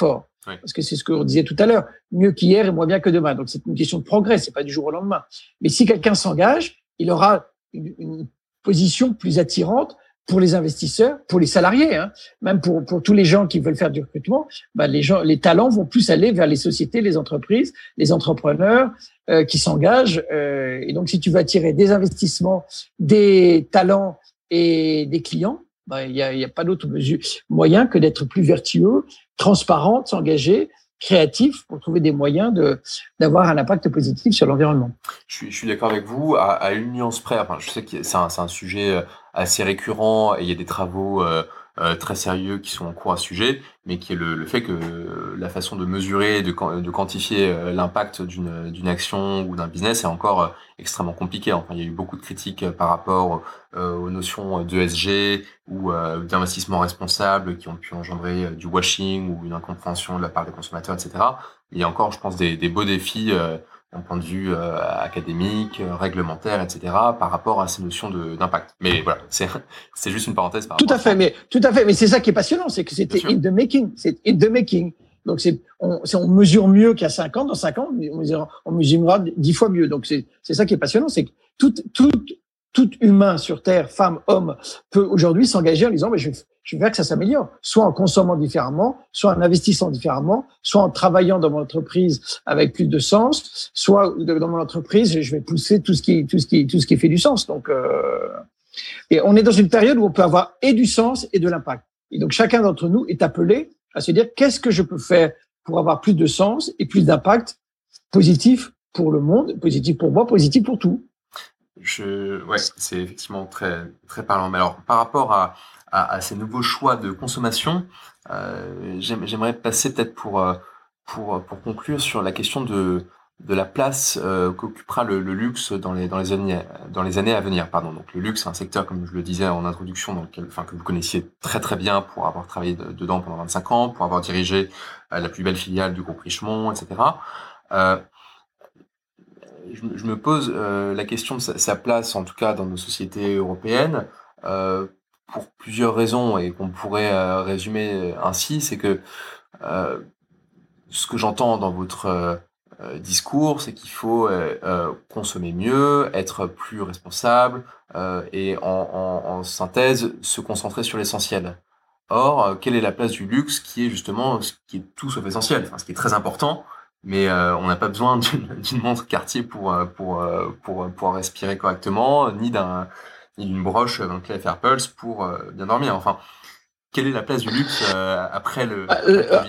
Oui. Parce que c'est ce qu'on disait tout à l'heure, mieux qu'hier et moins bien que demain. Donc c'est une question de progrès, c'est pas du jour au lendemain. Mais si quelqu'un s'engage, il aura une, une position plus attirante pour les investisseurs, pour les salariés, hein, même pour, pour tous les gens qui veulent faire du recrutement. Ben les gens, les talents vont plus aller vers les sociétés, les entreprises, les entrepreneurs euh, qui s'engagent. Euh, et donc, si tu veux attirer des investissements, des talents et des clients, ben il y a, il y a pas d'autre mesure, moyen que d'être plus vertueux, transparent, de s'engager, créatif pour trouver des moyens de d'avoir un impact positif sur l'environnement. Je suis, je suis d'accord avec vous à, à une nuance près. Enfin, je sais que c'est un, c'est un sujet assez récurrent et il y a des travaux euh, euh, très sérieux qui sont en cours à ce sujet, mais qui est le, le fait que la façon de mesurer, de, de quantifier l'impact d'une, d'une action ou d'un business est encore extrêmement compliqué. Enfin, il y a eu beaucoup de critiques par rapport euh, aux notions d'E S G ou euh, d'investissement responsable qui ont pu engendrer du washing ou une incompréhension de la part des consommateurs, et cetera. Il y a encore, je pense, des, des beaux défis euh, d'un point de vue euh, académique, euh, réglementaire, et cetera, par rapport à ces notions de, d'impact. Mais voilà, c'est, c'est juste une parenthèse. Par tout à fait, mais tout à fait, mais c'est ça qui est passionnant, c'est que c'était in the making, c'est in the making. Donc c'est, on, c'est, on mesure mieux qu'il y a cinq ans. Dans cinq ans, on mesurera, on mesurera dix fois mieux. Donc c'est, c'est ça qui est passionnant, c'est que tout, tout, tout humain sur Terre, femme, homme, peut aujourd'hui s'engager en disant, mais je, je veux faire que ça s'améliore, soit en consommant différemment, soit en investissant différemment, soit en travaillant dans mon entreprise avec plus de sens, soit dans mon entreprise, je vais pousser tout ce qui, tout ce qui, tout ce qui fait du sens. Donc, euh, et on est dans une période où on peut avoir et du sens et de l'impact. Et donc, chacun d'entre nous est appelé à se dire, qu'est-ce que je peux faire pour avoir plus de sens et plus d'impact positif pour le monde, positif pour moi, positif pour tout. Je, ouais, c'est effectivement très, très parlant. Mais alors, par rapport à, à, à ces nouveaux choix de consommation, euh, j'aimerais passer peut-être pour, pour, pour conclure sur la question de, de la place euh, qu'occupera le, le luxe dans les, dans les années, dans les années à venir. Pardon. Donc, le luxe, c'est un secteur, comme je le disais en introduction, dans lequel, enfin, que vous connaissiez très très bien pour avoir travaillé de, dedans pendant vingt-cinq ans, pour avoir dirigé euh, la plus belle filiale du groupe Richemont, et cetera. Euh, Je, je me pose euh, la question de sa, sa place, en tout cas dans nos sociétés européennes, euh, pour plusieurs raisons et qu'on pourrait euh, résumer ainsi. C'est que euh, ce que j'entends dans votre euh, discours, c'est qu'il faut euh, euh, consommer mieux, être plus responsable euh, et en, en, en synthèse se concentrer sur l'essentiel. Or, quelle est la place du luxe qui est justement ce qui est tout sauf essentiel, enfin, ce qui est très important, mais euh, on n'a pas besoin d'une, d'une montre Cartier pour pour pour pouvoir respirer correctement, ni d'un ni d'une broche Van Cleef Arpels pour euh, bien dormir. Enfin, quelle est la place du luxe euh, après le, après le Covid ?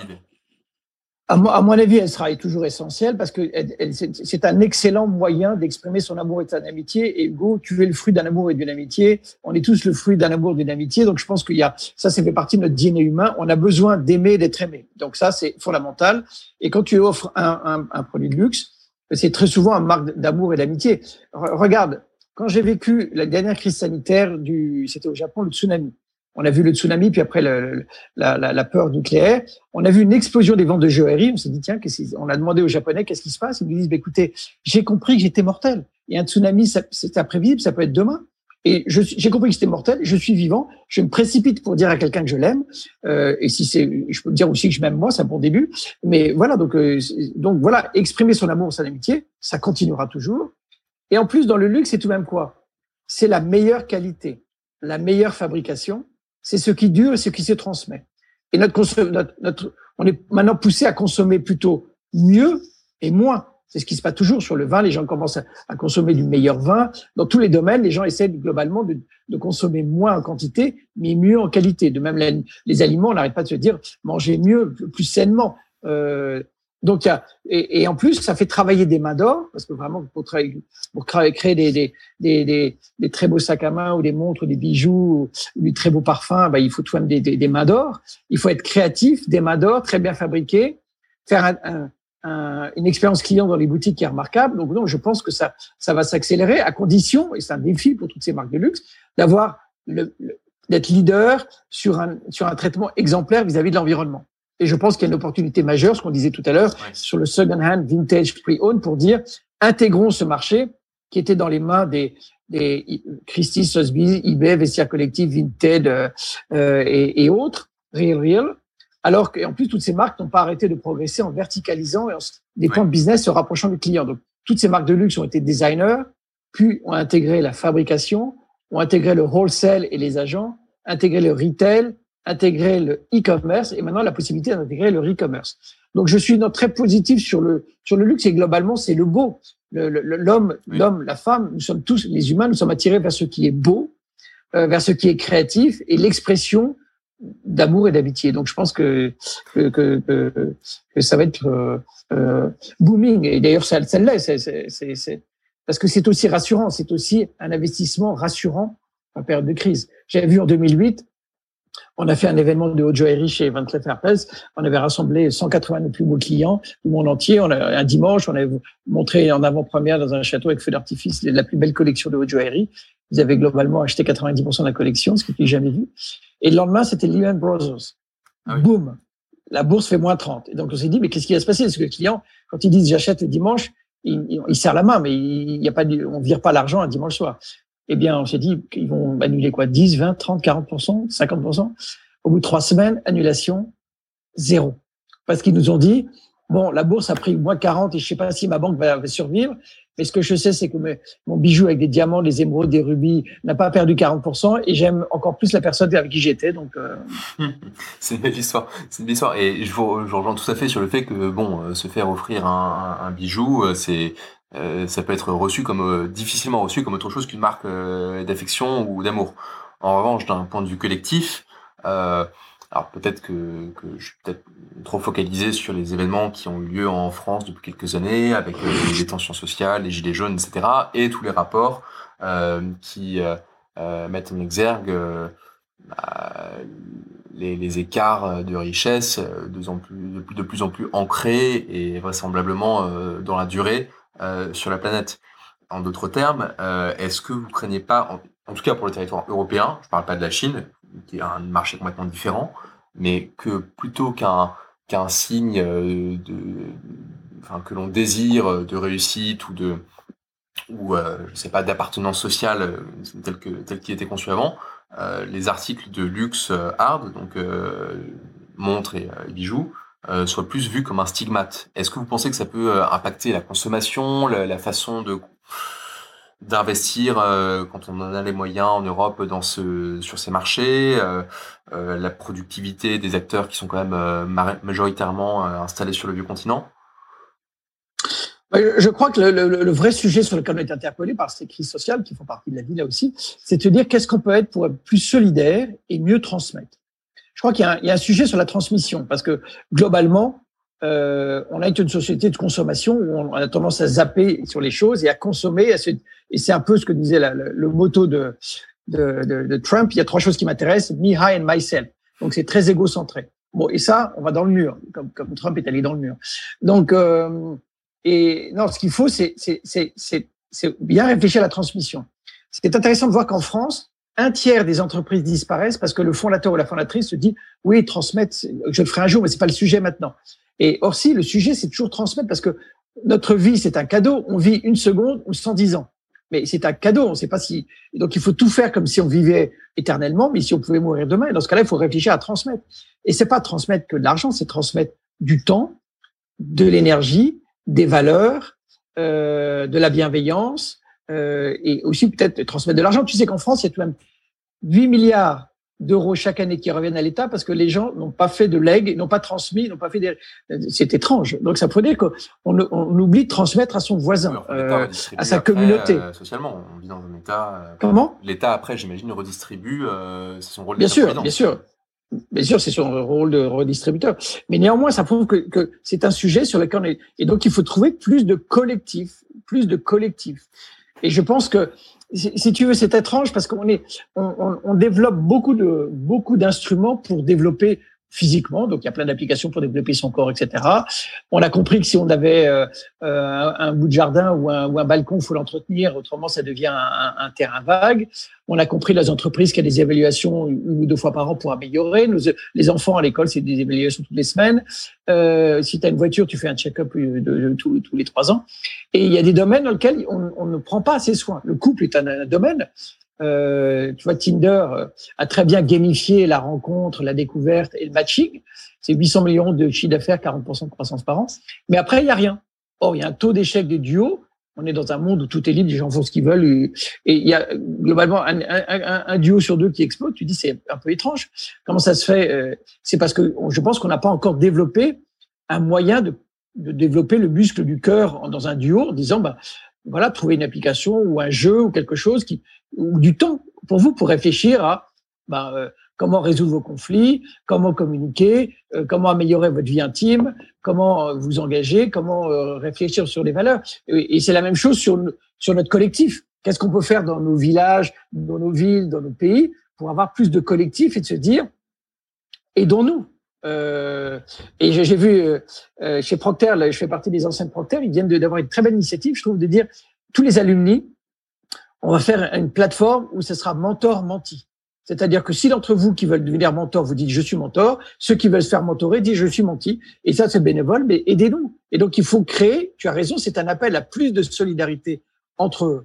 À mon avis, elle sera toujours essentielle parce que elle, elle, c'est, c'est un excellent moyen d'exprimer son amour et son amitié. Et Hugo, tu es le fruit d'un amour et d'une amitié. On est tous le fruit d'un amour et d'une amitié. Donc, je pense qu'il y a, ça, ça fait partie de notre D N A humain. On a besoin d'aimer et d'être aimé. Donc, ça, c'est fondamental. Et quand tu offres un, un, un produit de luxe, c'est très souvent un marque d'amour et d'amitié. Regarde, quand j'ai vécu la dernière crise sanitaire du, c'était au Japon, le tsunami. On a vu le tsunami, puis après le, la, la, la peur nucléaire. On a vu une explosion des ventes de joaillerie. On s'est dit, tiens, qu'est-ce on a demandé aux Japonais, qu'est-ce qui se passe? Ils nous disent, bah, écoutez, j'ai compris que j'étais mortel. Et un tsunami, ça, c'est imprévisible, ça peut être demain. Et je, j'ai compris que j'étais mortel, je suis vivant, je me précipite pour dire à quelqu'un que je l'aime. Euh, et si c'est, je peux dire aussi que je m'aime moi, c'est un bon début. Mais voilà, donc, euh, donc voilà, exprimer son amour, son amitié, ça continuera toujours. Et en plus, dans le luxe, c'est tout de même quoi? C'est la meilleure qualité, la meilleure fabrication. C'est ce qui dure et ce qui se transmet. Et notre, notre, notre, on est maintenant poussé à consommer plutôt mieux et moins. C'est ce qui se passe toujours sur le vin. Les gens commencent à, à consommer du meilleur vin. Dans tous les domaines, les gens essaient globalement de, de consommer moins en quantité, mais mieux en qualité. De même, les, les aliments, on n'arrête pas de se dire manger mieux, plus sainement. Euh, Donc, il y a, et, et en plus, ça fait travailler des mains d'or, parce que vraiment, pour, travailler, pour créer des, des, des, des, des très beaux sacs à main ou des montres, ou des bijoux, ou des très beaux parfums, bah, il faut tout de même des, des, des mains d'or. Il faut être créatif, des mains d'or, très bien fabriquées, faire un, un, un, une expérience client dans les boutiques qui est remarquable. Donc, donc, je pense que ça, ça va s'accélérer à condition, et c'est un défi pour toutes ces marques de luxe, d'avoir le, le d'être leader sur un, sur un traitement exemplaire vis-à-vis de l'environnement. Et je pense qu'il y a une opportunité majeure, ce qu'on disait tout à l'heure, ouais. sur le second-hand, vintage, pre-owned, pour dire, intégrons ce marché qui était dans les mains des, des Christie, Sotheby's, eBay, Vestiaire Collective, Vinted euh, euh, et, et autres, Real Real, Alors qu'en plus, toutes ces marques n'ont pas arrêté de progresser en verticalisant et en des Ouais. points de business se rapprochant du client. Donc, toutes ces marques de luxe ont été designers, puis ont intégré la fabrication, ont intégré le wholesale et les agents, intégré le retail, intégré le e-commerce et maintenant la possibilité d'intégrer le re-commerce. Donc, je suis non, très positif sur le, sur le luxe et globalement, c'est le beau. Le, le, l'homme, Oui. l'homme, la femme, nous sommes tous, les humains, nous sommes attirés vers ce qui est beau, euh, vers ce qui est créatif et l'expression d'amour et d'amitié. Donc, je pense que, que, que, que, que ça va être euh, euh, booming. Et d'ailleurs, ça, ça l'est. C'est, c'est, c'est, c'est, parce que c'est aussi rassurant. C'est aussi un investissement rassurant en période de crise. J'avais vu en deux mille huit, on a fait un événement de haute joaillerie chez Van Cleef Arpels. On avait rassemblé cent quatre-vingts de nos plus beaux clients du monde entier. On a, un dimanche, on avait montré en avant-première dans un château avec feu d'artifice la plus belle collection de haute joaillerie. Ils avaient globalement acheté quatre-vingt-dix pour cent de la collection, ce que je n'ai jamais vu. Et le lendemain, c'était Lehman Brothers. Ah oui. Boum. La bourse fait moins trente. Et donc, on s'est dit, mais qu'est-ce qui va se passer? Parce que le client, quand ils disent j'achète le dimanche, il, il, il serre la main, mais il y a pas, de, on vire pas l'argent un dimanche soir. Eh bien, on s'est dit qu'ils vont annuler quoi? dix, vingt, trente, quarante pour cent, cinquante pour cent. Au bout de trois semaines, annulation, zéro. Parce qu'ils nous ont dit, bon, la bourse a pris moins quarante et je sais pas si ma banque va, va survivre. Mais ce que je sais, c'est que mes, mon bijou avec des diamants, des émeraudes, des rubis n'a pas perdu quarante pour cent et j'aime encore plus la personne avec qui j'étais. Donc, euh... c'est une belle histoire. C'est une belle histoire. Et je vous, je vous rejoins tout à fait sur le fait que, bon, euh, se faire offrir un, un, un bijou, euh, c'est, euh, ça peut être reçu comme, euh, difficilement reçu comme autre chose qu'une marque euh, d'affection ou d'amour. En revanche, d'un point de vue collectif, euh, alors peut-être que, que je suis peut-être trop focalisé sur les événements qui ont eu lieu en France depuis quelques années, avec euh, les tensions sociales, les gilets jaunes, et cetera, et tous les rapports euh, qui euh, euh, mettent en exergue euh, euh, les, les écarts de richesse de, plus en plus, de, plus, de plus en plus ancrés et vraisemblablement euh, dans la durée euh, sur la planète. En d'autres termes, euh, est-ce que vous craignez pas, en, en tout cas pour le territoire européen, je parle pas de la Chine, qui est un marché complètement différent, mais que plutôt qu'un qu'un signe de, enfin que l'on désire de réussite ou de ou euh, je sais pas d'appartenance sociale tel que tel qu'il était conçu avant, euh, les articles de luxe euh, hard, donc euh, montres et, euh, et bijoux, euh, soient plus vus comme un stigmate. Est-ce que vous pensez que ça peut euh, impacter la consommation, la, la façon de d'investir euh, quand on en a les moyens en Europe dans ce sur ces marchés, euh, euh, la productivité des acteurs qui sont quand même euh, majoritairement euh, installés sur le vieux continent? Je crois que le, le, le vrai sujet sur lequel on est interpellé par ces crises sociales qui font partie de la vie là aussi, c'est de se dire qu'est-ce qu'on peut être pour être plus solidaire et mieux transmettre. Je crois qu'il y a un, il y a un sujet sur la transmission parce que globalement, euh, on a été une société de consommation où on a tendance à zapper sur les choses et à consommer. À se, et c'est un peu ce que disait la, le, le motto de, de, de, de Trump. Il y a trois choses qui m'intéressent: me, I and myself. Donc c'est très égocentré. Bon, et ça, on va dans le mur, comme, comme Trump est allé dans le mur. Donc euh, et non, ce qu'il faut, c'est, c'est, c'est, c'est, c'est bien réfléchir à la transmission. C'est intéressant de voir qu'en France, un tiers des entreprises disparaissent parce que le fondateur ou la fondatrice se dit oui, transmettre, je le ferai un jour, mais c'est pas le sujet maintenant. Et or si, le sujet, c'est toujours transmettre parce que notre vie, c'est un cadeau. On vit une seconde ou cent dix ans. Mais c'est un cadeau. On ne sait pas si, donc il faut tout faire comme si on vivait éternellement, mais si on pouvait mourir demain. Et dans ce cas-là, il faut réfléchir à transmettre. Et c'est pas transmettre que de l'argent, c'est transmettre du temps, de l'énergie, des valeurs, euh, de la bienveillance, euh, et aussi peut-être transmettre de l'argent. Tu sais qu'en France, il y a tout de même huit milliards d'euros chaque année qui reviennent à l'État parce que les gens n'ont pas fait de legs, n'ont pas transmis, n'ont pas fait des... C'est étrange. Donc ça prenait qu'on on oublie de transmettre à son voisin, oui, euh, à sa après, communauté. Euh, socialement, on vit dans un État... Euh, Comment ? L'État, après, j'imagine, redistribue, euh, c'est son rôle bien sûr, bien sûr. Bien sûr, c'est son rôle de redistributeur. Mais néanmoins, ça prouve que, que c'est un sujet sur lequel on est... Et donc, il faut trouver plus de collectifs, plus de collectifs. Et je pense que, si tu veux, c'est étrange parce qu'on est, on, on, on développe beaucoup de, beaucoup d'instruments pour développer physiquement. Donc, il y a plein d'applications pour développer son corps, et cetera. On a compris que si on avait euh, un, un bout de jardin ou un, ou un balcon, il faut l'entretenir. Autrement, ça devient un, un terrain vague. On a compris les entreprises qu'il y a des évaluations une ou deux fois par an pour améliorer. Nous, les enfants à l'école, c'est des évaluations toutes les semaines. Euh, si tu as une voiture, tu fais un check-up de, de, de, tous, tous les trois ans. Et il y a des domaines dans lesquels on, on ne prend pas assez soin. Le couple est un, un domaine. Euh, tu vois, Tinder euh, a très bien gamifié la rencontre, la découverte et le matching. C'est huit cents millions de chiffre d'affaires, quarante pour cent de croissance par an. Mais après, il y a rien. Or, il y a un taux d'échec des duos. On est dans un monde où tout est libre, les gens font ce qu'ils veulent. Et il y a globalement un, un, un, un duo sur deux qui explose. Tu dis, c'est un peu étrange. Comment ça se fait? C'est parce que je pense qu'on n'a pas encore développé un moyen de, de développer le muscle du cœur dans un duo en disant, bah, voilà, trouver une application ou un jeu ou quelque chose qui, ou du temps pour vous pour réfléchir à, bah, euh, comment résoudre vos conflits, comment communiquer, euh, comment améliorer votre vie intime, comment vous engager, comment euh, réfléchir sur les valeurs. Et, et c'est la même chose sur, sur notre collectif. Qu'est-ce qu'on peut faire dans nos villages, dans nos villes, dans nos pays pour avoir plus de collectifs et de se dire, aidons-nous. Euh, et j'ai, j'ai vu euh, chez Procter, là, je fais partie des anciens de Procter, ils viennent de, d'avoir une très belle initiative, je trouve, de dire, tous les alumni, on va faire une plateforme où ce sera mentor-menti. C'est-à-dire que si d'entre vous qui veulent devenir mentor, vous dites je suis mentor, ceux qui veulent se faire mentorer disent je suis menti. Et ça, c'est bénévole, mais aidez-nous. Et donc, il faut créer, tu as raison, c'est un appel à plus de solidarité entre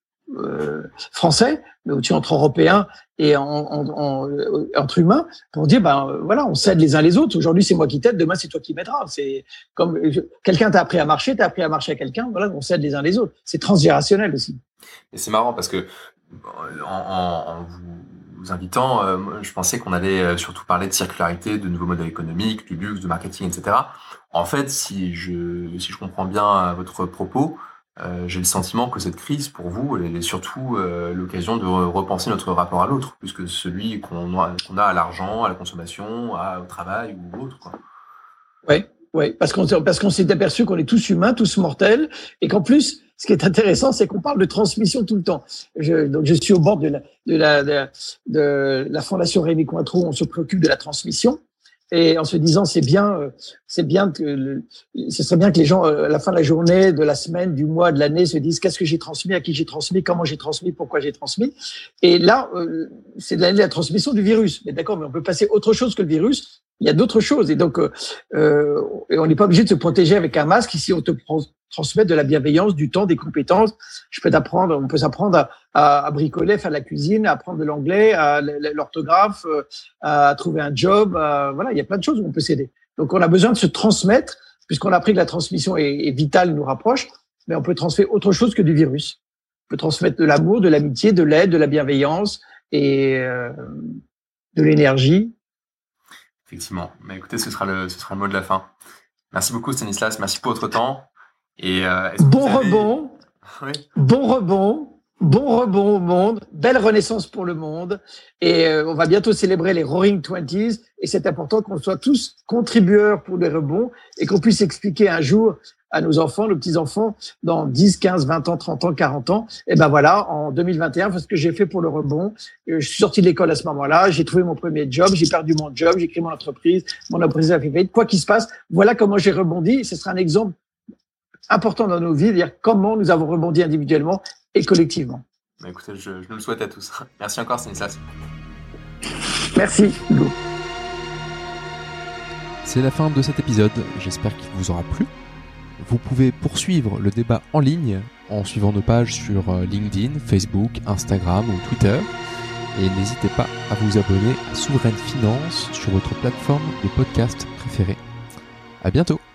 euh, Français, mais aussi entre Européens et en, en, en, entre humains, pour dire, ben voilà, on s'aide les uns les autres. Aujourd'hui, c'est moi qui t'aide, demain, c'est toi qui m'aideras. C'est comme je, quelqu'un t'a appris à marcher, t'as appris à marcher à quelqu'un, voilà, on s'aide les uns les autres. C'est transgénérationnel aussi. Et c'est marrant parce que en, en, en vous vous invitant, euh, je pensais qu'on allait surtout parler de circularité, de nouveaux modèles économiques, du luxe, du marketing, et cetera. En fait, si je, si je comprends bien votre propos, euh, j'ai le sentiment que cette crise, pour vous, elle est surtout euh, l'occasion de repenser notre rapport à l'autre, plus que celui qu'on a, qu'on a à l'argent, à la consommation, à, au travail ou autre, quoi. Ouais, ouais, parce qu'on, parce qu'on s'est aperçu qu'on est tous humains, tous mortels, et qu'en plus, ce qui est intéressant, c'est qu'on parle de transmission tout le temps. Je, donc, je suis au bord de la, de la, de, de la Fondation Rémi Cointreau. On se préoccupe de la transmission. Et en se disant, c'est bien, c'est bien que, le, ce serait bien que les gens, à la fin de la journée, de la semaine, du mois, de l'année, se disent qu'est-ce que j'ai transmis, à qui j'ai transmis, comment j'ai transmis, pourquoi j'ai transmis. Et là, c'est de l'année de la transmission du virus. Mais d'accord, mais on peut passer autre chose que le virus. Il y a d'autres choses. Et donc, euh, on n'est pas obligé de se protéger avec un masque. Ici, on te transmet de la bienveillance, du temps, des compétences. Je peux t'apprendre, on peut s'apprendre à, à, à bricoler, faire de la cuisine, à apprendre de l'anglais, à l'orthographe, à trouver un job. À, voilà, il y a plein de choses où on peut s'aider. Donc, on a besoin de se transmettre, puisqu'on a appris que la transmission est, est vitale, nous rapproche, mais on peut transmettre autre chose que du virus. On peut transmettre de l'amour, de l'amitié, de l'aide, de la bienveillance et euh, de l'énergie. Effectivement. Mais écoutez, ce sera le, ce sera le mot de la fin. Merci beaucoup, Stanislas. Merci pour votre temps. Et, euh, bon avez... rebond. Oui. Bon rebond. Bon rebond au monde. Belle renaissance pour le monde. Et euh, on va bientôt célébrer les Roaring Twenties. Et c'est important qu'on soit tous contributeurs pour les rebonds et qu'on puisse expliquer un jour à nos enfants, nos petits-enfants, dans dix, quinze, vingt ans, trente ans, quarante ans, et ben voilà, en deux mille vingt et un, parce que j'ai fait pour le rebond. Je suis sorti de l'école à ce moment-là, j'ai trouvé mon premier job, j'ai perdu mon job, j'ai créé mon entreprise, mon entreprise a fait faillite. Quoi qu'il se passe, voilà comment j'ai rebondi. Et ce sera un exemple important dans nos vies, de dire comment nous avons rebondi individuellement et collectivement. Bah écoutez, je, je nous le souhaite à tous. Merci encore, Stanislas. Merci, Hugo. C'est la fin de cet épisode. J'espère qu'il vous aura plu. Vous pouvez poursuivre le débat en ligne en suivant nos pages sur LinkedIn, Facebook, Instagram ou Twitter. Et n'hésitez pas à vous abonner à Souveraine Finance sur votre plateforme de podcast préférée. À bientôt!